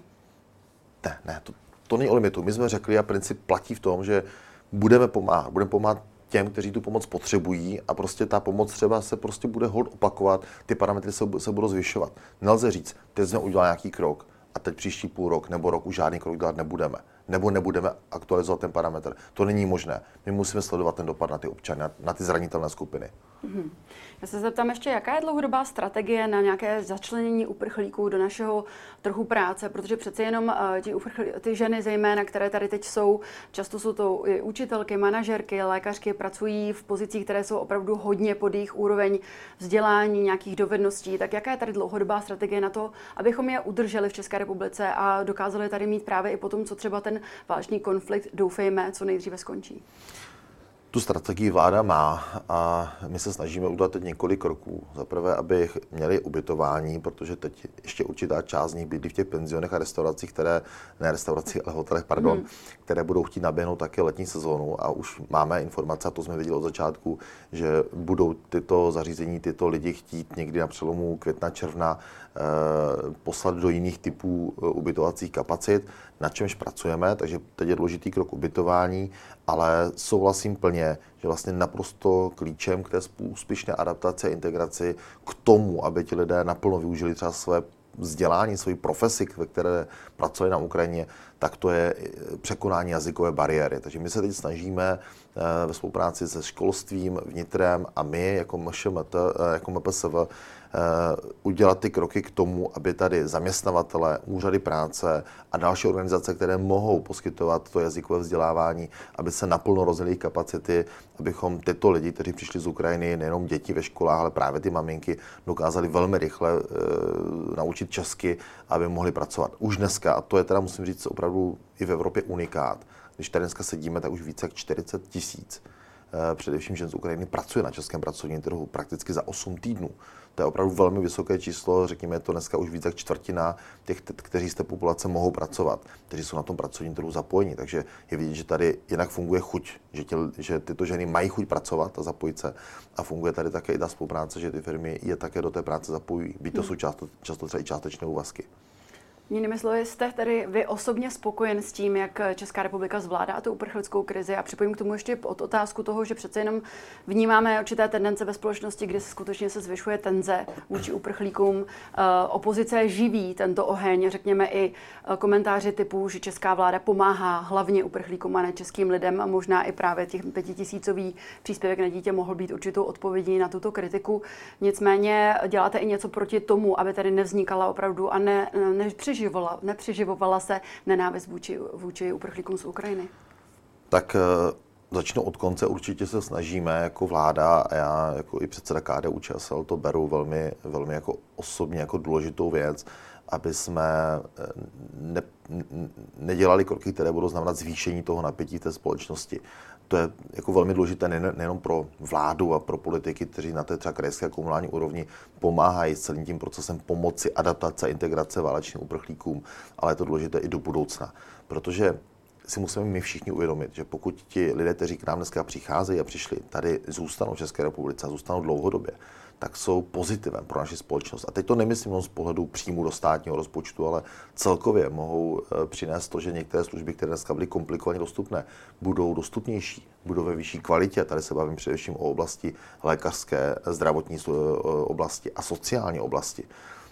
Ne, ne, to, to není o limitu. My jsme řekli a princip platí v tom, že budeme pomáhat. Budeme pomáhat těm, kteří tu pomoc potřebují a prostě ta pomoc třeba se prostě bude hold opakovat, ty parametry se, se budou zvyšovat. Nelze říct, teď jsme udělali nějaký krok a teď příští půl rok nebo rok už žádný krok dělat nebudeme. Nebo nebudeme aktualizovat ten parametr. To není možné. My musíme sledovat ten dopad na ty občany, na, na ty zranitelné skupiny. Mm-hmm. Já se zeptám ještě, jaká je dlouhodobá strategie na nějaké začlenění uprchlíků do našeho trhu práce, protože přece jenom uh, ti uprchlí, ty ženy zejména, které tady teď jsou, často jsou to i učitelky, manažerky, lékařky, pracují v pozicích, které jsou opravdu hodně pod jejich úroveň vzdělání, nějakých dovedností. Tak jaká je tady dlouhodobá strategie na to, abychom je udrželi v České republice a dokázali tady mít právě i potom, co třeba ten válečný konflikt, doufejme, co nejdříve skončí? Tu strategii vláda má a my se snažíme udělat teď několik kroků. Za prvé, aby měli ubytování, protože teď ještě určitá část z nich bydlí v těch penzionech a restauracích, které, ne restauracích, ale hotelech, pardon, hmm. které budou chtít naběhnout také letní sezónu a už máme informace, a to jsme viděli od začátku, že budou tyto zařízení, tyto lidi chtít někdy na přelomu května, června eh, poslat do jiných typů ubytovacích kapacit, na čemž pracujeme, takže teď je důležitý krok ubytování, ale souhlasím plně, že vlastně naprosto klíčem k té úspěšné adaptaci a integraci k tomu, aby ti lidé naplno využili třeba své vzdělání, svoji profesi, ve které pracovali na Ukrajině, tak to je překonání jazykové bariéry. Takže my se teď snažíme ve spolupráci se školstvím, vnitrem a my jako M Š M T, jako M P S V udělat ty kroky k tomu, aby tady zaměstnavatele, úřady práce a další organizace, které mohou poskytovat to jazykové vzdělávání, aby se naplno rozjeli kapacity, abychom tyto lidi, kteří přišli z Ukrajiny, nejenom děti ve školách, ale právě ty maminky, dokázali velmi rychle e, naučit česky, aby mohli pracovat. Už dneska, a to je teda, musím říct, opravdu i v Evropě unikát. Když tady dneska sedíme, tak už více jak čtyřicet tisíc především žen z Ukrajiny, pracuje na českém pracovním trhu prakticky za osm týdnů. To je opravdu velmi vysoké číslo, řekněme, je to dneska už víc jak čtvrtina těch, kteří z té populace mohou pracovat, kteří jsou na tom pracovním trhu zapojeni. Takže je vidět, že tady jinak funguje chuť, že, tě, že tyto ženy mají chuť pracovat a zapojit se. A funguje tady také i ta spolupráce, že ty firmy je také do té práce zapojují. Byť to jsou často, často třeba i částečné úvazky. Jinými slovy, jste tedy vy osobně spokojen s tím, jak Česká republika zvládá tu uprchlickou krizi? A připojím k tomu ještě od otázku toho, že přece jenom vnímáme určité tendence ve společnosti, kdy se skutečně se zvyšuje tenze vůči uprchlíkům. Opozice živí tento oheň, řekněme i komentáři typu, že česká vláda pomáhá hlavně uprchlíkům a ne českým lidem a možná i právě těch pětitisícový příspěvek na dítě mohl být určitou odpovědí na tuto kritiku. Nicméně děláte i něco proti tomu, aby tady nevznikala opravdu a ne, nepřiživovala, nepřiživovala se nenávist vůči, vůči uprchlíkům z Ukrajiny? Tak začnu od konce. Určitě se snažíme jako vláda a já jako i předseda K D U Č S L to beru velmi, velmi jako osobně jako důležitou věc, aby jsme ne, nedělali kroky, které budou znamenat zvýšení toho napětí té společnosti. To je jako velmi důležité nejenom pro vládu a pro politiky, kteří na té třeba krajské a komunální úrovni pomáhají s celým tím procesem pomoci, adaptace, integrace válečným uprchlíkům, ale je to důležité i do budoucna, protože si musíme my všichni uvědomit, že pokud ti lidé, kteří k nám dneska přicházejí a přišli, tady zůstanou v České republice a zůstanou dlouhodobě, tak jsou pozitivem pro naši společnost. A teď to nemyslím jenom z pohledu příjmu do státního rozpočtu, ale celkově mohou přinést to, že některé služby, které dneska byly komplikovaně dostupné, budou dostupnější, budou ve vyšší kvalitě. Tady se bavím především o oblasti lékařské, zdravotní oblasti a sociální oblasti.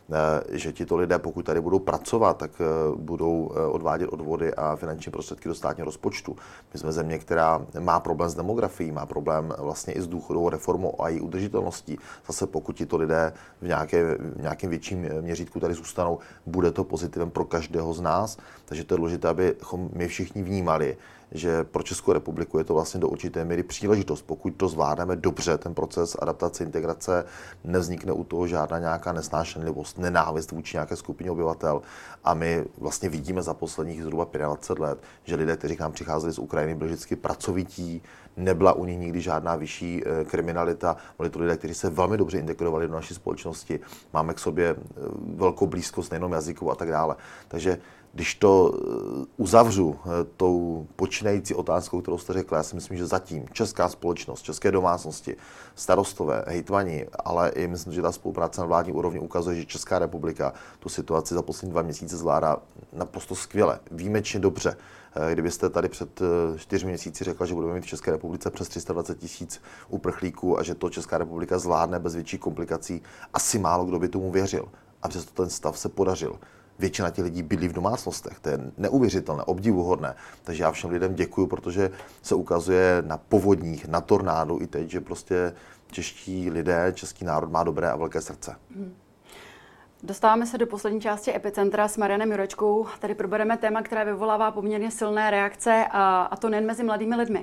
Že tito lidé, pokud tady budou pracovat, tak budou odvádět odvody a finanční prostředky do státního rozpočtu. My jsme země, která má problém s demografií, má problém vlastně i s důchodovou reformou a její udržitelností. Zase pokud tito lidé v, nějaké, v nějakém větším měřítku tady zůstanou, bude to pozitivem pro každého z nás. Takže to je důležité, abychom my všichni vnímali, že pro Českou republiku je to vlastně do určité míry příležitost. Pokud to zvládneme dobře, ten proces adaptace, integrace, nevznikne u toho žádná nějaká nesnášenlivost, nenávist vůči nějaké skupině obyvatel. A my vlastně vidíme za posledních zhruba dvacet pět let, že lidé, kteří k nám přicházeli z Ukrajiny, byli vždycky pracovití, nebyla u nich nikdy žádná vyšší kriminalita. Byli to lidé, kteří se velmi dobře integrovali do naší společnosti. Máme k sobě velkou blízkost nejenom jazykovou a tak dále. Takže když to uzavřu tou počínající otázkou, kterou jste řekla, já si myslím, že zatím česká společnost, české domácnosti, starostové, hejtmani, ale i myslím, že ta spolupráce na vládní úrovni ukazuje, že Česká republika tu situaci za poslední dva měsíce zvládá naprosto skvěle, výjimečně dobře. Kdybyste tady před čtyřmi měsíci řekla, že budeme mít v České republice přes tři sta dvacet tisíc uprchlíků a že to Česká republika zvládne bez větších komplikací, asi málo kdo by tomu věřil. A přesto ten stav se podařil. Většina těch lidí bydlí v domácnostech. To je neuvěřitelné, obdivuhodné. Takže já všem lidem děkuju, protože se ukazuje na povodních, na tornádu i teď, že prostě čeští lidé, český národ má dobré a velké srdce. Hmm. Dostáváme se do poslední části Epicentra s Marianem Jurečkou. Tady probereme téma, které vyvolává poměrně silné reakce, a, a to nejen mezi mladými lidmi.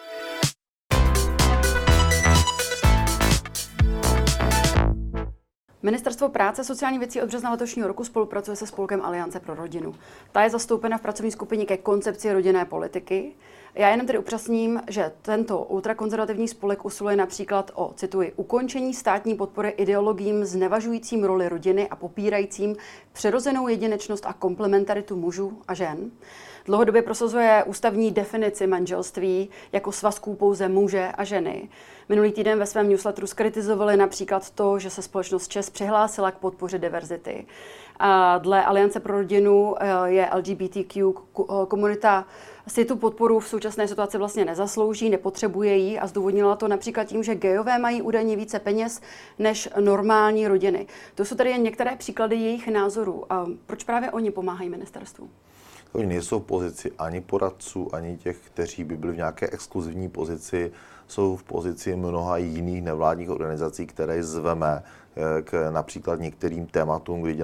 Ministerstvo práce a sociální věcí od března letošního roku spolupracuje se spolkem Aliance pro rodinu. Ta je zastoupena v pracovní skupině ke koncepci rodinné politiky. Já jenom tedy upřesním, že tento ultrakonzervativní spolek usiluje například o, cituji, ukončení státní podpory ideologiím znevažujícím roli rodiny a popírajícím přirozenou jedinečnost a komplementaritu mužů a žen. Dlouhodobě prosazuje ústavní definici manželství jako svazků pouze muže a ženy. Minulý týden ve svém newsletteru skritizovali například to, že se společnost ČES přihlásila k podpoře diverzity. A dle Aliance pro rodinu je L G B T Q komunita si tu podporu v současné situaci vlastně nezaslouží, nepotřebuje ji a zdůvodnila to například tím, že gejové mají údajně více peněz než normální rodiny. To jsou tady jen některé příklady jejich názorů. A proč právě oni pomáhají ministerstvu? Oni nejsou v pozici ani poradců, ani těch, kteří by byli v nějaké exkluzivní pozici. Jsou v pozici mnoha jiných nevládních organizací, které zveme k například některým tématům, kdy děláme k tomu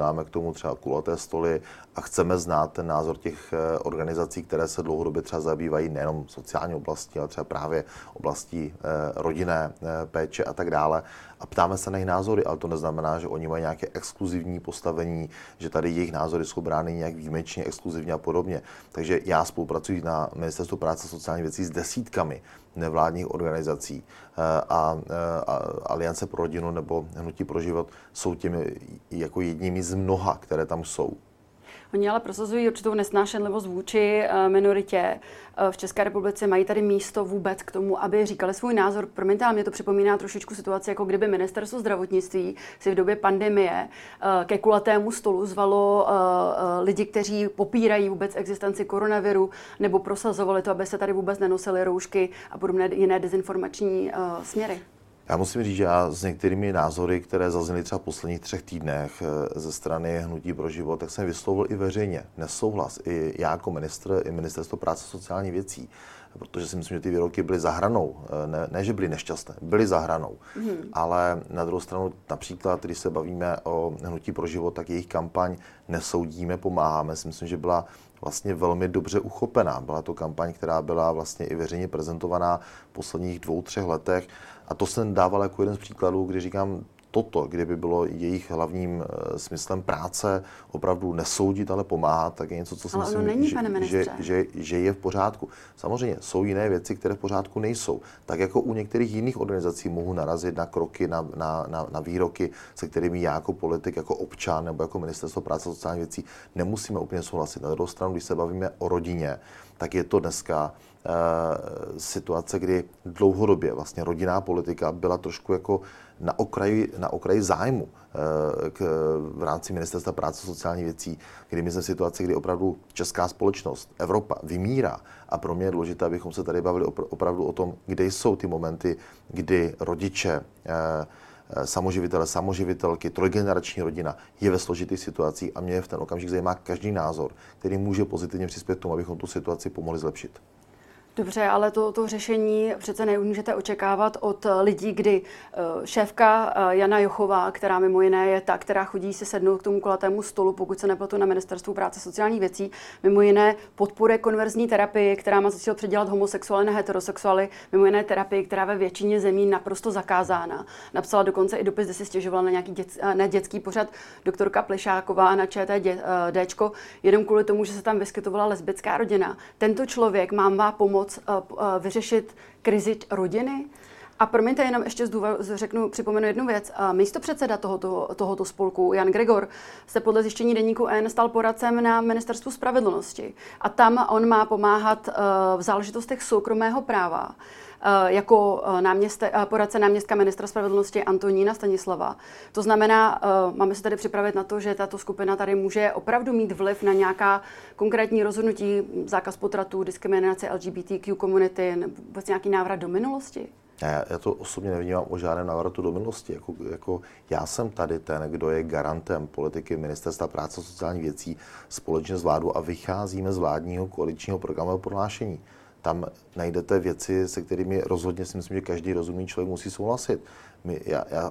tomu třeba kulaté stoly a chceme znát ten názor těch organizací, které se dlouhodobě třeba zabývají nejenom sociální oblastí, ale třeba právě oblastí rodinné péče a tak dále. A ptáme se na jejich názory, ale to neznamená, že oni mají nějaké exkluzivní postavení, že tady jejich názory jsou brány nějak výjimečně, exkluzivně a podobně. Takže já spolupracuji na Ministerstvu práce a sociálních věcí s desítkami nevládních organizací a, a Aliance pro rodinu nebo Hnutí pro život jsou těmi jako jedními z mnoha, které tam jsou. Oni ale prosazují určitou nesnášenlivost vůči minoritě. V České republice mají tady místo vůbec k tomu, aby říkali svůj názor. Promiňte, ale mě to připomíná trošičku situaci, jako kdyby ministerstvo zdravotnictví si v době pandemie ke kulatému stolu zvalo lidi, kteří popírají vůbec existenci koronaviru, nebo prosazovali to, aby se tady vůbec nenosily roušky a podobné jiné dezinformační směry. Já musím říct, že já s některými názory, které zazněly třeba v posledních třech týdnech ze strany Hnutí pro život, tak jsem vyslovil i veřejně nesouhlas. I já jako ministr, i Ministerstvo práce a sociálních věcí. Protože si myslím, že ty výroky byly za hranou. Ne, ne že byly nešťastné, byly za hranou. Mm. Ale na druhou stranu například, když se bavíme o Hnutí pro život, tak jejich kampaň Nesoudíme, pomáháme. Si myslím, že byla vlastně velmi dobře uchopená. Byla to kampaň, která byla vlastně i veřejně prezentovaná v posledních dvou, třech letech. A to jsem dával jako jeden z příkladů, kdy říkám, toto, kdyby bylo jejich hlavním smyslem práce opravdu nesoudit, ale pomáhat, tak je něco, co si ale myslím, není, že, že, že, že je v pořádku. Samozřejmě jsou jiné věci, které v pořádku nejsou. Tak jako u některých jiných organizací mohu narazit na kroky, na, na, na, na výroky, se kterými já jako politik, jako občan nebo jako Ministerstvo práce a sociálních věcí nemusíme úplně souhlasit. Na druhou stranu, když se bavíme o rodině, tak je to dneska uh, situace, kdy dlouhodobě vlastně rodinná politika byla trošku jako na okraji, na okraji zájmu uh, k, v rámci Ministerstva práce a sociálních věcí, kdy my jsme v situaci, kdy opravdu česká společnost, Evropa vymírá a pro mě je důležité, abychom se tady bavili opr- opravdu o tom, kde jsou ty momenty, kdy rodiče, uh, samoživitele, samoživitelky, trojgenerační rodina je ve složitých situacích a mě v ten okamžik zajímá každý názor, který může pozitivně přispět k tomu, abychom tu situaci pomohli zlepšit. Dobře, ale to, to řešení přece nemůžete očekávat od lidí, kdy šéfka Jana Jochová, která mimo jiné je ta, která chodí si sednout k tomu kulatému stolu, pokud se nepletu, na Ministerstvu práce a sociálních věcí, mimo jiné podporuje konverzní terapii, která má za cíl předělat homosexuály na heterosexuály, mimo jiné terapii, která ve většině zemí naprosto zakázána. Napsala dokonce i dopis, kde si stěžovala na nějaký dět, ne dětský pořad doktorka Plišáková na ČTDčko, jenom kvůli tomu, že se tam vyskytovala lesbická rodina. Tento člověk má má pomoc vyřešit krizi rodiny. A promiňte, jenom ještě zdůva, řeknu, připomenu jednu věc. Místopředseda tohoto, tohoto spolku, Jan Gregor, se podle zjištění deníku N stal poradcem na Ministerstvu spravedlnosti. A tam on má pomáhat v záležitostech soukromého práva. Jako náměstek, poradce náměstka ministra spravedlnosti Antonína Stanislava. To znamená, máme se tady připravit na to, že tato skupina tady může opravdu mít vliv na nějaká konkrétní rozhodnutí, zákaz potratů, diskriminace L G B T Q komunity, nebo vůbec nějaký návrat do minulosti? Já, já to osobně nevnímám o žádném návratu do minulosti. Jako, jako já jsem tady ten, kdo je garantem politiky Ministerstva práce a sociálních věcí společně s vládou a vycházíme z vládního koaličního programového prohlášení. Tam najdete věci, se kterými rozhodně si myslím, že každý rozumný člověk musí souhlasit. My, já, já,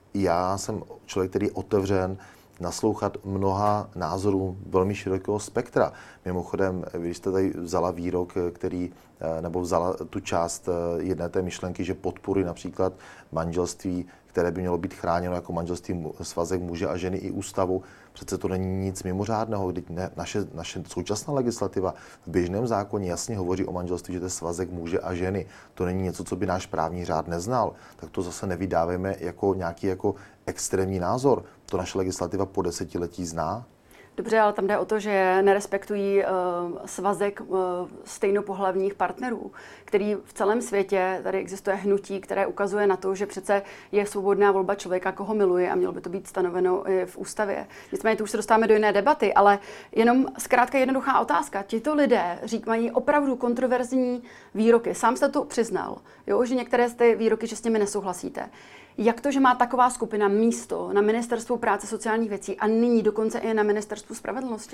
já jsem člověk, který je otevřen naslouchat mnoha názorů velmi širokého spektra. Mimochodem, když jste tady vzala výrok, který, nebo vzala tu část jedné té myšlenky, že podporuji například manželství, které by mělo být chráněno jako manželství svazek muže a ženy i ústavou. Přece to není nic mimořádného, když ne, naše, naše současná legislativa v běžném zákoně jasně hovoří o manželství, že to je svazek muže a ženy. To není něco, co by náš právní řád neznal. Tak to zase nevydáváme jako nějaký jako extrémní názor. To naše legislativa po desetiletí zná. Dobře, ale tam jde o to, že nerespektují uh, svazek uh, stejnopohlavních partnerů, který v celém světě, tady existuje hnutí, které ukazuje na to, že přece je svobodná volba člověka, koho miluje a mělo by to být stanoveno i v ústavě. Nicméně tu už se dostáváme do jiné debaty, ale jenom zkrátka jednoduchá otázka. Tito lidé říkají opravdu kontroverzní výroky. Sám jste to přiznal, jo, že některé z ty výroky, že s nimi nesouhlasíte. Jak to, že má taková skupina místo na Ministerstvu práce a sociálních věcí a nyní dokonce i na Ministerstvu spravedlnosti?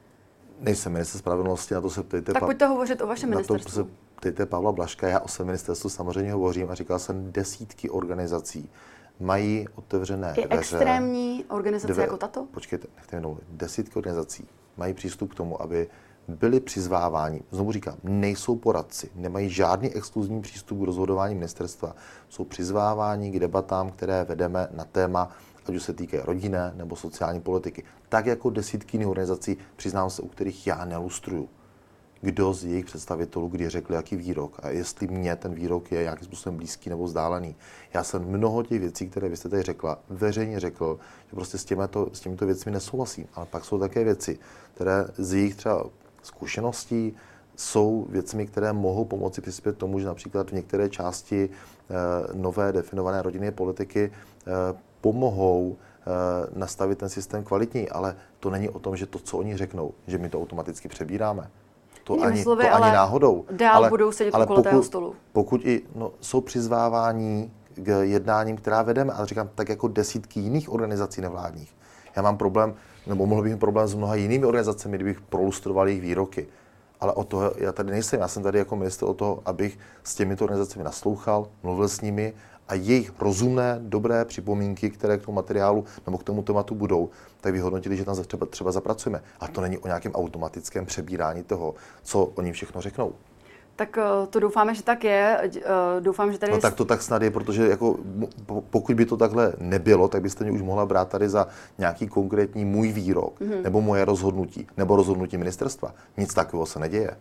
Nejsem ministr spravedlnosti, na to se ptejte. Tak pojďte hovořit o vašem ministerstvu. Na to se ptejte Pavla Blažka, já o svém ministerstvu samozřejmě hovořím a říkal jsem desítky organizací mají otevřené I dveře. extrémní organizace dve, jako tato? Počkejte, nechte mi domluvit. Desítky organizací mají přístup k tomu, aby byli přizváváni. Znovu říkám, nejsou poradci, nemají žádný exkluzivní přístup k rozhodování ministerstva. Jsou přizváváni k debatám, které vedeme na téma, ať už se týká rodinné nebo sociální politiky. Tak jako desítky jiných organizací, přiznám se, u kterých já nelustruju, kdo z jejich představitelů kdy řekl jaký výrok a jestli mě ten výrok je nějakým způsobem blízký nebo vzdálený. Já jsem mnoho těch věcí, které vy jste tady řekla, veřejně řekl, že prostě s těmito, s těmito věcmi nesouhlasím. Ale pak jsou také věci, které z jejich třeba zkušeností jsou věcmi, které mohou pomoci přispět tomu, že například v některé části e, nové definované rodinné politiky e, pomohou e, nastavit ten systém kvalitní, ale to není o tom, že to, co oni řeknou, že my to automaticky přebíráme. To ani, slovy, to ani náhodou. Dál ale, budou sedět u kulatého stolu. Pokud i no, jsou přizvávání k jednáním, která vedeme, ale říkám, tak jako desítky jiných organizací nevládních. Já mám problém, nebo mohl bych mít problém s mnoha jinými organizacemi, kdybych prolustroval jejich výroky. Ale o toho já tady nejsem. Já jsem tady jako ministr o toho, abych s těmito organizacemi naslouchal, mluvil s nimi a jejich rozumné, dobré připomínky, které k tomu materiálu nebo k tomu tématu budou, tak vyhodnotili, že tam třeba, třeba zapracujeme. A to není o nějakém automatickém přebírání toho, co oni všechno řeknou. Tak to doufáme, že tak je. Doufám, že tady... No tak to tak snad je, protože jako, pokud by to takhle nebylo, tak byste mě už mohla brát tady za nějaký konkrétní můj výrok, mm-hmm. nebo moje rozhodnutí, nebo rozhodnutí ministerstva. Nic takového se neděje.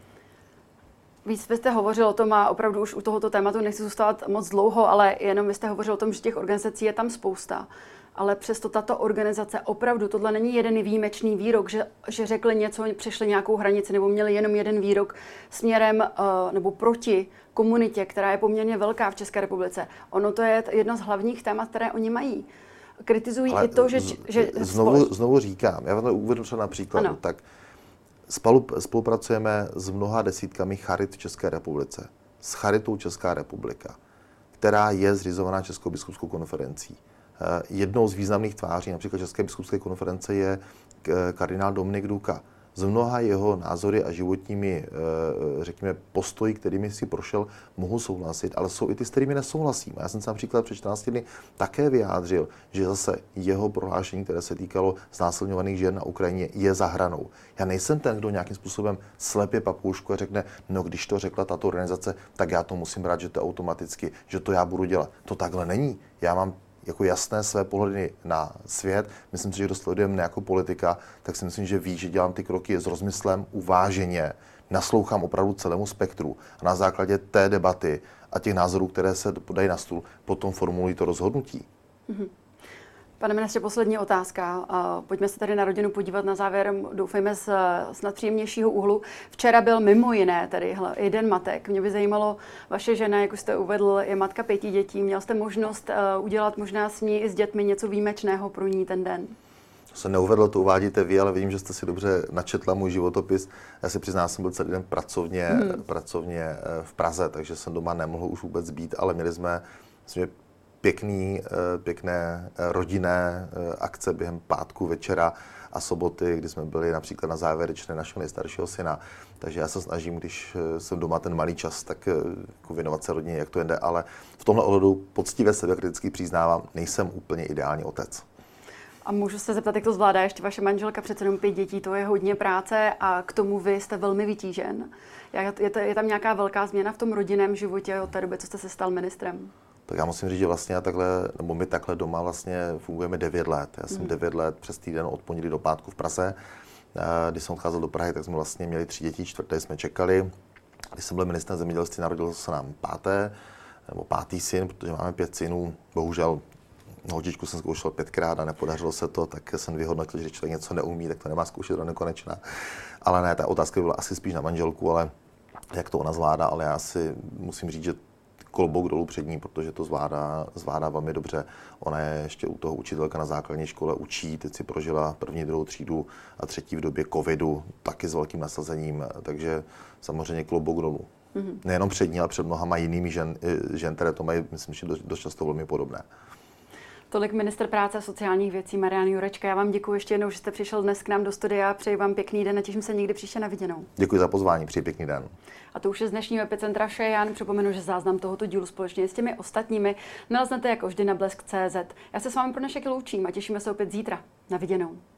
Víc vy jste hovořil o tom a opravdu už u tohoto tématu nechci zůstat moc dlouho, ale jenom vy jste hovořil o tom, že těch organizací je tam spousta. Ale přesto tato organizace opravdu, tohle není jeden výjimečný výrok, že, že řekli něco, přešli nějakou hranici nebo měli jenom jeden výrok směrem uh, nebo proti komunitě, která je poměrně velká v České republice. Ono to je jedno z hlavních témat, které oni mají. Kritizují ale i to, že... Z, že znovu, znovu říkám, já vám to uvedu třeba na příkladu, ano. tak spolupracujeme s mnoha desítkami charit v České republice. S Charitou Česká republika, která je zřizovaná Českou biskupskou konferencí. Jednou z významných tváří například České biskupské konference je kardinál Dominik Duka. Z mnoha jeho názory a životními, řekněme, postoji, kterými si prošel, mohu souhlasit, ale jsou i ty, s kterými nesouhlasím. Já jsem se například před čtrnácti dny také vyjádřil, že zase jeho prohlášení, které se týkalo znásilňovaných žen na Ukrajině, je za hranou. Já nejsem ten, kdo nějakým způsobem slepě papoušku a řekne, no když to řekla tato organizace, tak já to musím brát, že to je automaticky, že to já budu dělat. To takhle není. Já mám jako jasné své pohledy na svět. Myslím si, že kdo sleduje mne jako politika, tak si myslím, že ví, že dělám ty kroky s rozmyslem, uváženě, naslouchám opravdu celému spektru a na základě té debaty a těch názorů, které se podají na stůl, potom formulují to rozhodnutí. Mm-hmm. Pane ministře, poslední otázka. Pojďme se tady na rodinu podívat na závěr, doufejme z snad příjemnějšího úhlu. Včera byl mimo jiné tady jeden matek. Mě by zajímalo, vaše žena, jak už jste uvedl, je matka pěti dětí. Měl jste možnost udělat možná s ní i s dětmi něco výjimečného pro ní ten den? To se neuvedlo, to uvádíte vy, ale vidím, že jste si dobře načetla můj životopis. Já si přiznám, jsem byl celý den pracovně, hmm. pracovně v Praze, takže jsem doma nemohl už vůbec být, ale měli jsme, jsme Pěkný, pěkné rodinné akce během pátku, večera a soboty, kdy jsme byli například na závěrečné našeho nejstaršího syna. Takže já se snažím, když jsem doma ten malý čas, tak jako věnovat se rodině, jak to jde, ale v tomhle ohledu poctivě sebekriticky přiznávám, nejsem úplně ideální otec. A můžu se zeptat, jak to zvládá ještě vaše manželka, přece jenom pět dětí, to je hodně práce a k tomu vy jste velmi vytížen. Je, to, je tam nějaká velká změna v tom rodinném životě od té doby, co jste se stal ministrem? Tak já musím říct, že vlastně já takhle, nebo my takhle doma vlastně fungujeme devět let. Já jsem devět mm. let přes týden od pondělí do pátku v Praze. Když jsem odcházel do Prahy, tak jsme vlastně měli tři děti, čtvrté jsme čekali. Když jsem byl ministrem zemědělství, narodil se nám páté, nebo pátý syn, protože máme pět synů. Bohužel holčičku jsem zkoušel pětkrát a nepodařilo se to, tak jsem vyhodnotil, že člověk něco neumí, tak to nemá zkoušet do nekonečna. Ale ne, ta otázka by byla asi spíš na manželku, ale jak to ona zvládá, ale já si musím říct, že klobouk dolů před ní, protože to zvládá, zvládá velmi dobře. Ona je ještě u toho učitelka na základní škole, učí, teď si prožila první, druhou třídu a třetí v době covidu, taky s velkým nasazením, takže samozřejmě klobouk dolů. Mm-hmm. Nejenom před ní, ale před mnohama jinými žen, žen, které to mají, myslím, že dost často velmi podobné. Tolik ministr práce a sociálních věcí Marian Jurečka. Já vám děkuji ještě jednou, že jste přišel dnes k nám do studia. Přeji vám pěkný den a těším se někdy příště na viděnou. Děkuji za pozvání, přeji pěkný den. A to už je z dnešního Epicentra vše. Já připomenu, že záznam tohoto dílu společně s těmi ostatními naleznete jako vždy na blesk tečka cé zet. Já se s vámi pro dnešek loučím a těšíme se opět zítra. Na viděnou.